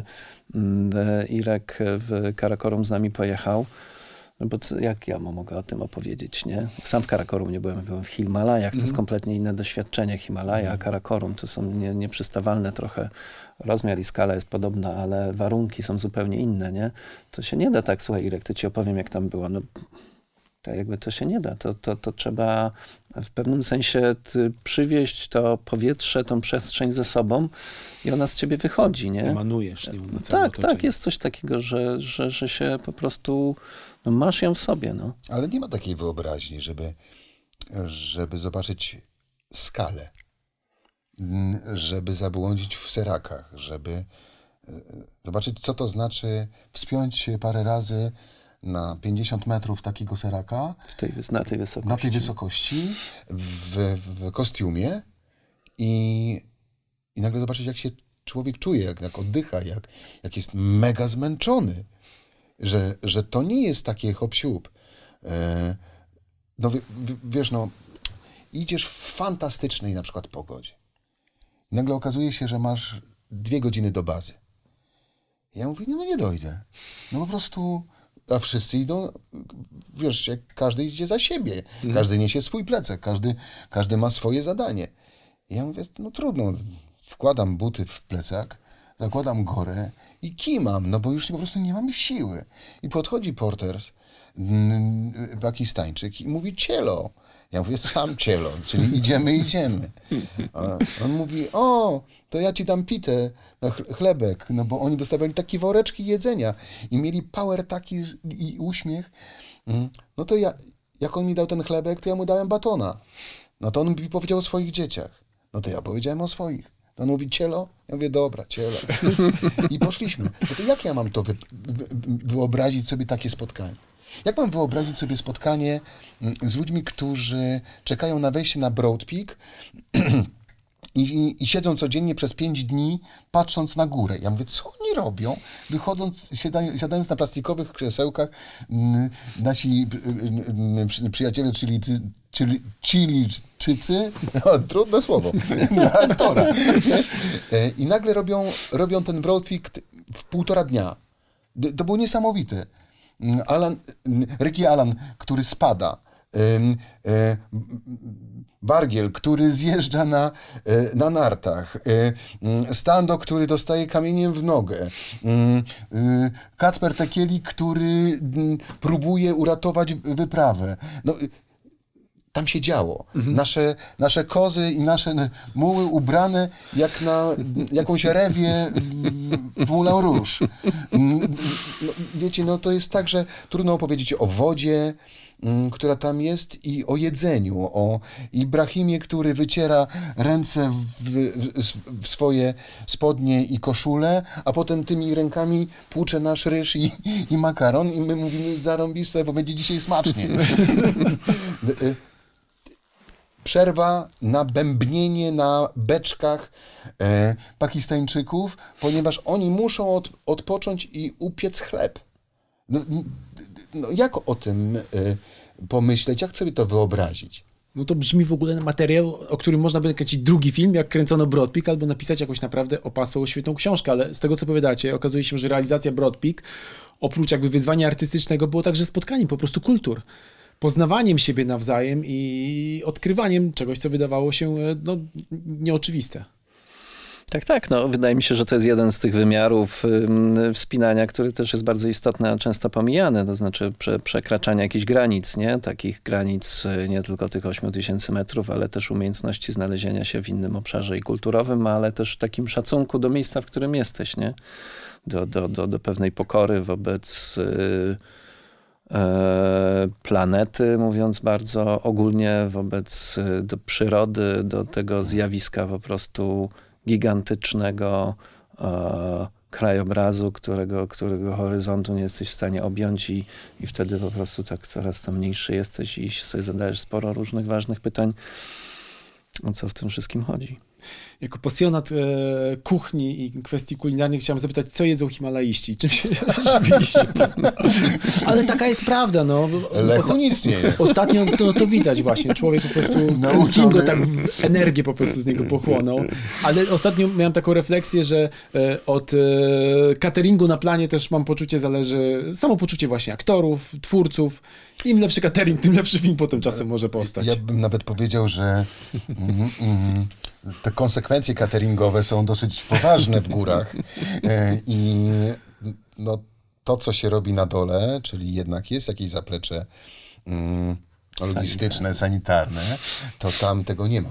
Irek w Karakorum z nami pojechał. No bo jak ja mogę o tym opowiedzieć, nie? Sam w Karakorum nie byłem w Himalajach, to jest kompletnie inne doświadczenie. Himalaja, a Karakorum to są nieprzystawalne trochę. Rozmiar i skala jest podobna, ale warunki są zupełnie inne, nie? To się nie da tak, słuchaj Irek, to ci opowiem jak tam było. No, to jakby to się nie da. To trzeba w pewnym sensie przywieźć to powietrze, tą przestrzeń ze sobą i ona z ciebie wychodzi, nie? Emanujesz nią na całe otoczenie. Tak, jest coś takiego, że się po prostu masz ją w sobie, no. Ale nie ma takiej wyobraźni, żeby zobaczyć skalę, żeby zabłądzić w serakach, żeby zobaczyć, co to znaczy wspiąć się parę razy na 50 metrów takiego seraka, Na tej wysokości. w kostiumie i nagle zobaczyć, jak się człowiek czuje, jak oddycha, jak jest mega zmęczony. Że to nie jest takie hop-siup. No wiesz, no, idziesz w fantastycznej na przykład pogodzie. I nagle okazuje się, że masz 2 godziny do bazy. I ja mówię, no nie dojdę. No po prostu, a wszyscy idą, wiesz, jak każdy idzie za siebie. Każdy niesie swój plecak, każdy ma swoje zadanie. I ja mówię, no trudno, wkładam buty w plecak, zakładam gorę i kimam, no bo już po prostu nie mam siły. I podchodzi porter, Pakistańczyk i mówi cielo. Ja mówię sam cielo, czyli idziemy. A on mówi, o, to ja ci dam pitę, no, chlebek, no bo oni dostawali takie woreczki jedzenia i mieli power taki i uśmiech. No to ja, jak on mi dał ten chlebek, to ja mu dałem batona. No to on mi powiedział o swoich dzieciach. No to ja powiedziałem o swoich. On mówi cielo? Ja mówię, dobra, cielo. I poszliśmy. No to jak ja mam to wyobrazić sobie takie spotkanie? Jak mam wyobrazić sobie spotkanie z ludźmi, którzy czekają na wejście na Broad Peak i siedzą codziennie przez 5 dni, patrząc na górę? Ja mówię, co oni robią? Wychodząc, siadając na plastikowych krzesełkach, nasi przyjaciele, Chilijczycy, trudne słowo, dla aktora. I nagle robią ten Broad Peak w 1,5 dnia. To było niesamowite. Ricky Alan, który spada, Bargiel, który zjeżdża na nartach, Stando, który dostaje kamieniem w nogę, Kacper Tekieli, który próbuje uratować wyprawę. No, tam się działo. Nasze kozy i nasze muły ubrane jak na jakąś rewię w Moulin Rouge. No, wiecie, no to jest tak, że trudno opowiedzieć o wodzie, która tam jest, i o jedzeniu, o Ibrahimie, który wyciera ręce w swoje spodnie i koszule, a potem tymi rękami płucze nasz ryż i makaron i my mówimy zarąbiste, bo będzie dzisiaj smacznie. Przerwa na bębnienie na beczkach Pakistańczyków, ponieważ oni muszą odpocząć i upiec chleb. No, jak o tym pomyśleć? Jak sobie to wyobrazić? No to brzmi w ogóle na materiał, o którym można by kręcić drugi film, jak kręcono Broad Peak, albo napisać jakąś naprawdę opasłą, świetną książkę, ale z tego, co powiadacie, okazuje się, że realizacja Broad Peak, oprócz jakby wyzwania artystycznego, było także spotkaniem po prostu kultur. Poznawaniem siebie nawzajem i odkrywaniem czegoś, co wydawało się nieoczywiste. Tak, no wydaje mi się, że to jest jeden z tych wymiarów wspinania, który też jest bardzo istotny, a często pomijany, to znaczy przekraczania jakichś granic, nie? Takich granic nie tylko tych 8000 metrów, ale też umiejętności znalezienia się w innym obszarze i kulturowym, ale też takim szacunku do miejsca, w którym jesteś, nie? Do pewnej pokory wobec planety, mówiąc bardzo ogólnie, wobec do przyrody, do tego zjawiska po prostu gigantycznego krajobrazu, którego horyzontu nie jesteś w stanie objąć i wtedy po prostu tak coraz to mniejszy jesteś i sobie zadajesz sporo różnych ważnych pytań, o co w tym wszystkim chodzi. Jako pasjonat kuchni i kwestii kulinarnych chciałem zapytać, co jedzą Himalaiści? Czym się rzeczywiście... Ale taka jest prawda, no. Lechu nic nie je. Ostatnio to widać właśnie. Człowiek po prostu... Ten film go tak energię po prostu z niego pochłonął. Ale ostatnio miałem taką refleksję, że od cateringu na planie też mam poczucie, zależy samopoczucie właśnie aktorów, twórców. Im lepszy catering, tym lepszy film potem czasem może powstać. Ja bym nawet powiedział, że te konsekwencje cateringowe są dosyć poważne w górach i no, to, co się robi na dole, czyli jednak jest jakieś zaplecze logistyczne, sanitarne, to tam tego nie ma.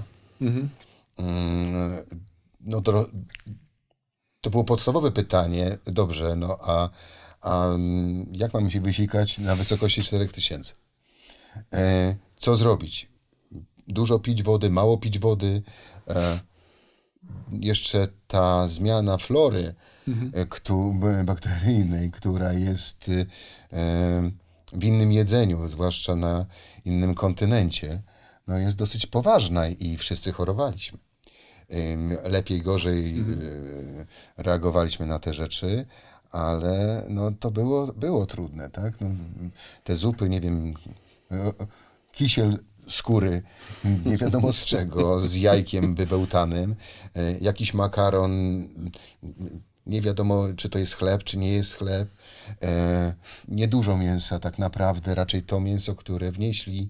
No to było podstawowe pytanie, dobrze, no a jak mamy się wysikać na wysokości 4000? Co zrobić? Dużo pić wody, mało pić wody. Jeszcze ta zmiana flory bakteryjnej, która jest w innym jedzeniu, zwłaszcza na innym kontynencie, no jest dosyć poważna i wszyscy chorowaliśmy. Lepiej, gorzej reagowaliśmy na te rzeczy, ale no to było trudne, tak? No, te zupy, nie wiem, kisiel skóry, nie wiadomo z czego, z jajkiem wybełtanym, jakiś makaron, nie wiadomo, czy to jest chleb, czy nie jest chleb, niedużo mięsa tak naprawdę, raczej to mięso, które wnieśli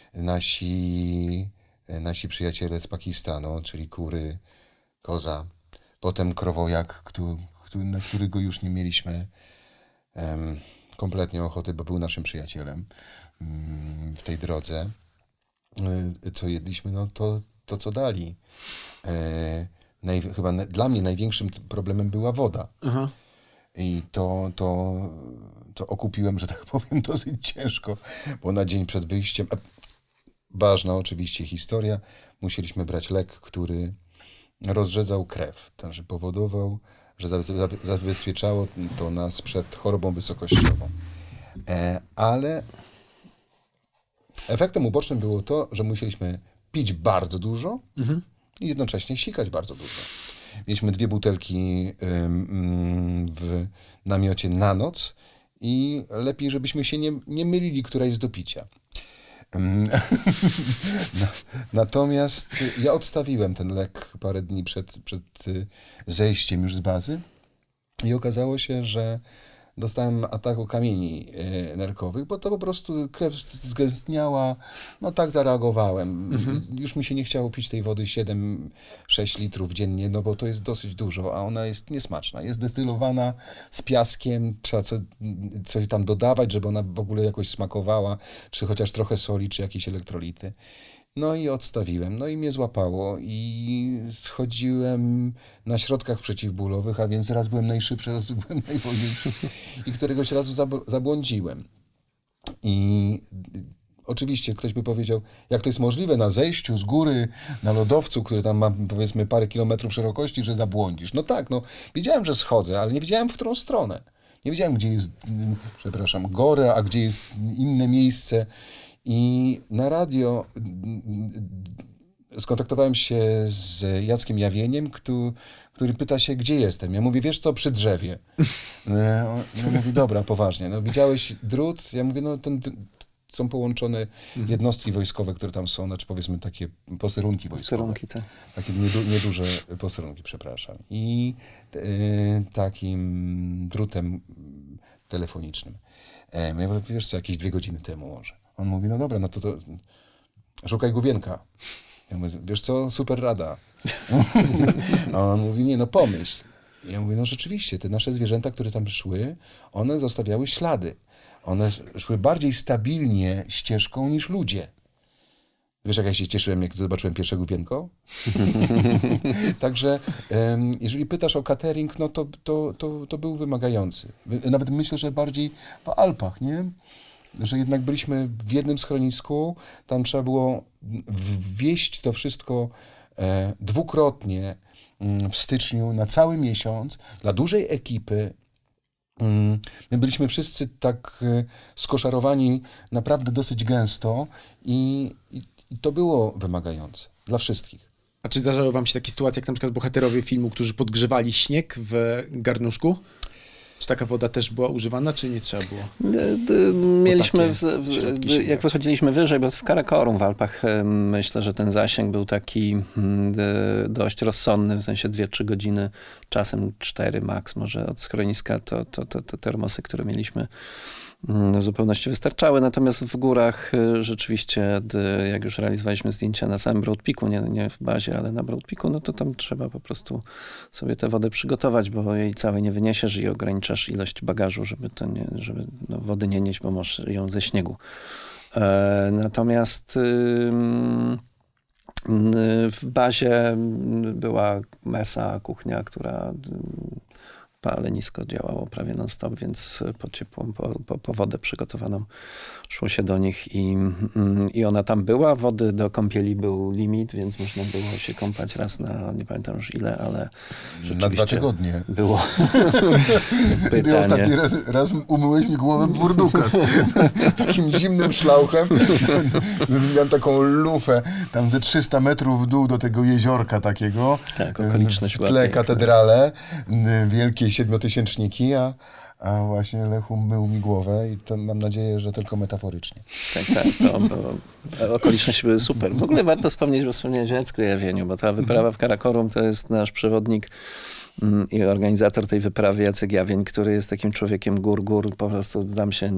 nasi przyjaciele z Pakistanu, czyli kury, koza, potem krowojak, na którego już nie mieliśmy kompletnie ochoty, bo był naszym przyjacielem w tej drodze. Co jedliśmy, no to co dali. Chyba dla mnie największym problemem była woda. Aha. I to okupiłem, że tak powiem, dosyć ciężko, bo na dzień przed wyjściem, ważna oczywiście historia, musieliśmy brać lek, który rozrzedzał krew, także powodował, że zabezpieczało to nas przed chorobą wysokościową. Ale efektem ubocznym było to, że musieliśmy pić bardzo dużo i jednocześnie sikać bardzo dużo. Mieliśmy 2 butelki w namiocie na noc i lepiej, żebyśmy się nie mylili, która jest do picia. Natomiast ja odstawiłem ten lek parę dni przed zejściem już z bazy i okazało się, że dostałem ataku kamieni nerkowych, bo to po prostu krew zgęstniała, no tak zareagowałem. Już mi się nie chciało pić tej wody 7-6 litrów dziennie, no bo to jest dosyć dużo, a ona jest niesmaczna. Jest destylowana z piaskiem, trzeba coś tam dodawać, żeby ona w ogóle jakoś smakowała, czy chociaż trochę soli, czy jakieś elektrolity. No i odstawiłem, no i mnie złapało i schodziłem na środkach przeciwbólowych, a więc raz byłem najszybszy, raz byłem najwolniejszy i któregoś razu zabłądziłem. I oczywiście ktoś by powiedział, jak to jest możliwe na zejściu z góry, na lodowcu, który tam ma powiedzmy parę kilometrów szerokości, że zabłądzisz. No tak, no wiedziałem, że schodzę, ale nie wiedziałem, w którą stronę. Nie wiedziałem, gdzie jest, przepraszam, góra, a gdzie jest inne miejsce. I na radio skontaktowałem się z Jackiem Jawieniem, który pyta się, gdzie jestem. Ja mówię, wiesz co, przy drzewie. On mówi, dobra, poważnie. No, widziałeś drut? Ja mówię, no są połączone jednostki wojskowe, które tam są, znaczy powiedzmy takie posterunki wojskowe. Posterunki, tak. Takie nieduże posterunki, przepraszam. I takim drutem telefonicznym. Ja mówię, wiesz co, jakieś 2 godziny temu może. On mówi, no dobra, no to szukaj główienka. Ja mówię, wiesz co, super rada. A on mówi, nie, no pomyśl. Ja mówię, no rzeczywiście, te nasze zwierzęta, które tam szły, one zostawiały ślady. One szły bardziej stabilnie ścieżką niż ludzie. Wiesz, jak ja się cieszyłem, jak zobaczyłem pierwsze główienko? Także jeżeli pytasz o catering, no to był wymagający. Nawet myślę, że bardziej w Alpach, nie? Że jednak byliśmy w jednym schronisku, tam trzeba było wwieźć to wszystko dwukrotnie w styczniu na cały miesiąc dla dużej ekipy. My byliśmy wszyscy tak skoszarowani naprawdę dosyć gęsto i to było wymagające dla wszystkich. A czy zdarzały wam się takie sytuacje, jak na przykład bohaterowie filmu, którzy podgrzewali śnieg w garnuszku? Czy taka woda też była używana, czy nie trzeba było? Mieliśmy, jak wychodziliśmy wyżej, bo w Karakorum w Alpach myślę, że ten zasięg był taki dość rozsądny, w sensie 2-3 godziny, czasem 4 max może od schroniska, to termosy, które mieliśmy, w zupełności wystarczały. Natomiast w górach rzeczywiście, jak już realizowaliśmy zdjęcia na samym Broad Peaku, nie w bazie, ale na Broad Peaku, no to tam trzeba po prostu sobie tę wodę przygotować, bo jej całej nie wyniesiesz i ograniczasz ilość bagażu, żeby wody nie nieść, bo masz ją ze śniegu. Natomiast w bazie była mesa, kuchnia, która palenisko działało prawie non-stop, więc po ciepłą, po wodę przygotowaną szło się do nich i ona tam była. Wody do kąpieli był limit, więc można było się kąpać raz na, nie pamiętam już ile, ale rzeczywiście na 2 tygodnie. Było pytanie. Ty ostatni raz umyłeś mi głowę burduka z takim zimnym szlauchem. Miałem taką lufę tam ze 300 metrów w dół do tego jeziorka takiego. Tak, okoliczność w tle katedrale, wielkie 7-tysięczniki, a właśnie Lechu mył mi głowę i to mam nadzieję, że tylko metaforycznie. Tak, to okoliczności były super. W ogóle warto wspomnieć, bo wspomniałeś o Jacku Jawieniu, bo ta wyprawa w Karakorum to jest nasz przewodnik i organizator tej wyprawy Jacek Jawień, który jest takim człowiekiem gór, po prostu tam się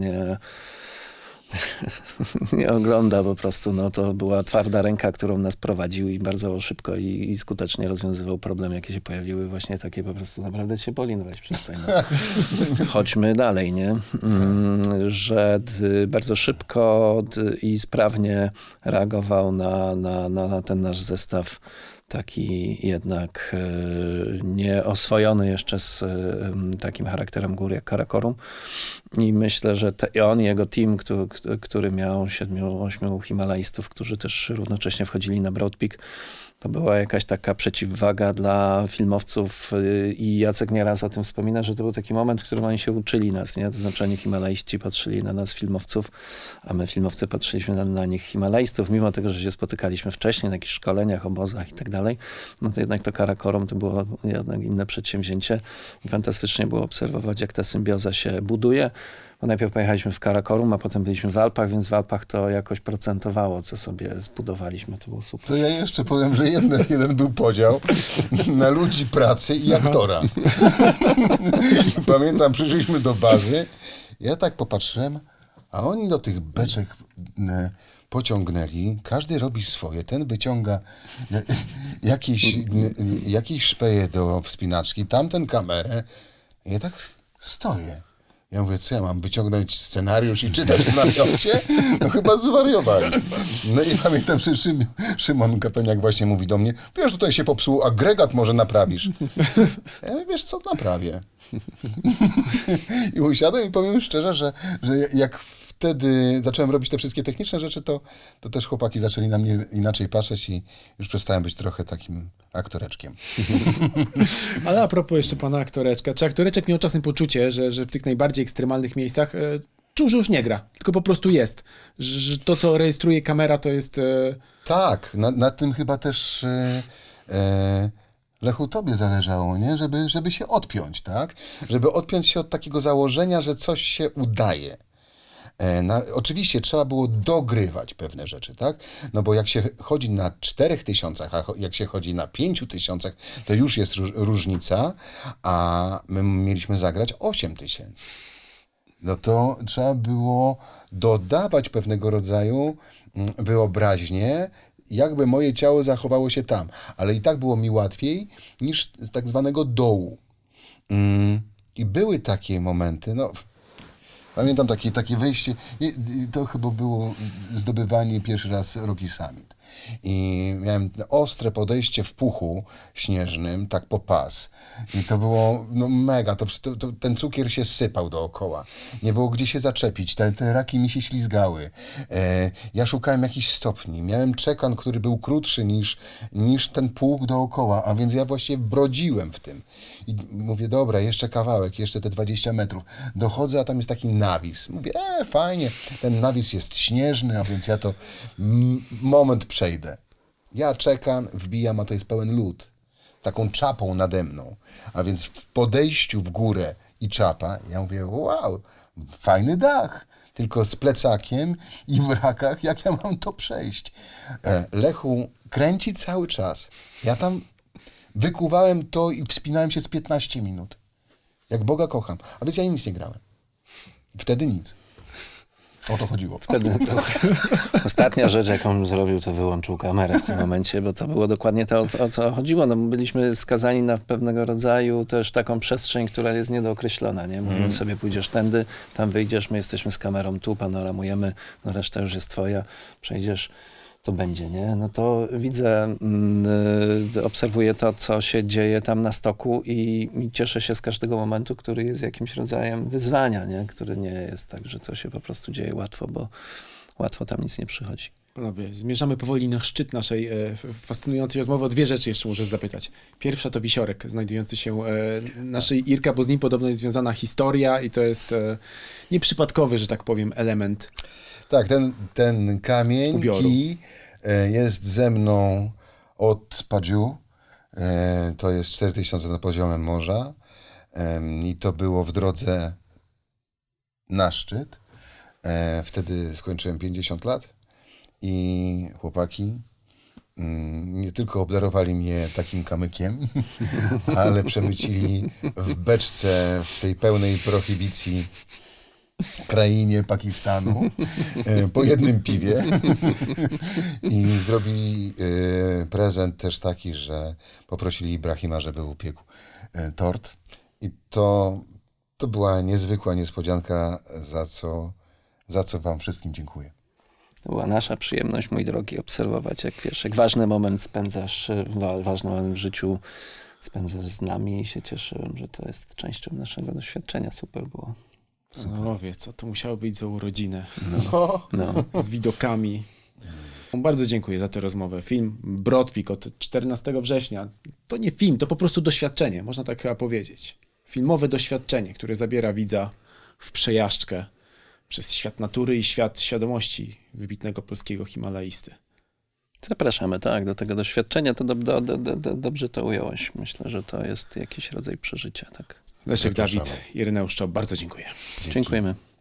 nie ogląda po prostu, no to była twarda ręka, którą nas prowadził i bardzo szybko i skutecznie rozwiązywał problemy, jakie się pojawiły, właśnie takie po prostu naprawdę cię boli, no weź przestań, no. Chodźmy dalej, nie? Że bardzo szybko i sprawnie reagował na ten nasz zestaw taki jednak nieoswojony jeszcze z takim charakterem gór jak Karakorum. I myślę, że on i jego team, który miał 7-8 Himalajstów, którzy też równocześnie wchodzili na Broad Peak, to była jakaś taka przeciwwaga dla filmowców i Jacek nieraz o tym wspomina, że to był taki moment, w którym oni się uczyli nas, nie? To znaczy oni Himalaiści patrzyli na nas filmowców, a my filmowcy patrzyliśmy na nich Himalajstów, mimo tego, że się spotykaliśmy wcześniej na jakichś szkoleniach, obozach i tak dalej, no to jednak to Karakorum to było jednak inne przedsięwzięcie i fantastycznie było obserwować, jak ta symbioza się buduje. Bo najpierw pojechaliśmy w Karakorum, a potem byliśmy w Alpach, więc w Alpach to jakoś procentowało, co sobie zbudowaliśmy. To było super. To ja jeszcze powiem, że jeden był podział na ludzi pracy i aktora. Pamiętam, przyszliśmy do bazy, ja tak popatrzyłem, a oni do tych beczek pociągnęli, każdy robi swoje, ten wyciąga jakieś szpeje do wspinaczki, tamten kamerę. Ja tak stoję. Ja mówię, co ja mam wyciągnąć scenariusz i czytać w namiocie? No chyba zwariowali. No i pamiętam, że Szymon Kapeniak właśnie mówi do mnie, wiesz, tutaj się popsuł agregat, może naprawisz. Ja mówię, wiesz co, naprawię. I usiadłem i powiem szczerze, że jak w wtedy zacząłem robić te wszystkie techniczne rzeczy, to też chłopaki zaczęli na mnie inaczej patrzeć i już przestałem być trochę takim aktoreczkiem. Ale a propos jeszcze pana aktoreczka, czy aktoreczek miał czasem poczucie, że w tych najbardziej ekstremalnych miejscach czuł, że już nie gra, tylko po prostu jest. Że to, co rejestruje kamera, to jest... Tak, na tym chyba też Lechu, tobie zależało, nie? Żeby się odpiąć, tak? Żeby odpiąć się od takiego założenia, że coś się udaje. Oczywiście trzeba było dogrywać pewne rzeczy, tak? No bo jak się chodzi na 4000, a jak się chodzi na 5000, to już jest różnica, a my mieliśmy zagrać 8000. No to trzeba było dodawać pewnego rodzaju wyobraźnię, jakby moje ciało zachowało się tam. Ale i tak było mi łatwiej niż z tak zwanego dołu. I były takie momenty, no... Pamiętam takie wejście, to chyba było zdobywanie pierwszy raz Rocky Summit. I miałem ostre podejście w puchu śnieżnym, tak po pas. I to było no, mega, ten cukier się sypał dookoła. Nie było gdzie się zaczepić, te raki mi się ślizgały. Ja szukałem jakichś stopni. Miałem czekan, który był krótszy niż ten puch dookoła, a więc ja właściwie brodziłem w tym. I mówię, dobra, jeszcze kawałek, jeszcze te 20 metrów. Dochodzę, a tam jest taki nawis. Mówię, fajnie, ten nawis jest śnieżny, a więc ja to moment przejdę. Ja czekam, wbijam, a to jest pełen lód. Taką czapą nade mną. A więc w podejściu w górę i czapa, ja mówię, wow, fajny dach. Tylko z plecakiem i w rakach, jak ja mam to przejść? Lechu kręci cały czas. Ja tam wykuwałem to i wspinałem się z 15 minut. Jak Boga kocham. A więc ja nic nie grałem. Wtedy nic. O to chodziło. Wtedy ostatnia rzecz, jaką zrobił, to wyłączył kamerę w tym momencie, bo to było dokładnie to, o co chodziło. No, byliśmy skazani na pewnego rodzaju też taką przestrzeń, która jest niedookreślona. Nie? Mówimy sobie, pójdziesz tędy, tam wyjdziesz, my jesteśmy z kamerą tu, panoramujemy, no reszta już jest twoja, przejdziesz, to będzie, nie? No to widzę, obserwuję to, co się dzieje tam na stoku i cieszę się z każdego momentu, który jest jakimś rodzajem wyzwania, nie? Który nie jest tak, że to się po prostu dzieje łatwo, bo łatwo tam nic nie przychodzi. Panowie, zmierzamy powoli na szczyt naszej fascynującej rozmowy. O dwie rzeczy jeszcze muszę zapytać. Pierwsza to wisiorek znajdujący się na szyi Irka, bo z nim podobno jest związana historia i to jest nieprzypadkowy, że tak powiem, element. Tak, ten kamień, ubioru. kij jest ze mną od Padziu. To jest 4000 nad poziomem morza. I to było w drodze na szczyt. Wtedy skończyłem 50 lat i chłopaki nie tylko obdarowali mnie takim kamykiem, ale przemycili w beczce w tej pełnej prohibicji krainie Pakistanu po jednym piwie i zrobili prezent też taki, że poprosili Ibrahima, żeby upiekł tort i to była niezwykła niespodzianka, za co wam wszystkim dziękuję. To była nasza przyjemność, mój drogi, obserwować, jak ważny moment spędzasz, ważny moment w życiu spędzasz z nami i się cieszyłem, że to jest częścią naszego doświadczenia. Super było. No wie, co to musiało być za urodziny. No. Z widokami. Bardzo dziękuję za tę rozmowę. Film Brodpik od 14 września. To nie film, to po prostu doświadczenie, można tak chyba powiedzieć. Filmowe doświadczenie, które zabiera widza w przejażdżkę przez świat natury i świat świadomości wybitnego polskiego himalaisty. Zapraszamy, tak, do tego doświadczenia. To dobrze to ująłeś. Myślę, że to jest jakiś rodzaj przeżycia, tak. Leszek Zapraszamy. Dawid, Ireneusz Czoп, bardzo dziękuję. Dzięki. Dziękujemy.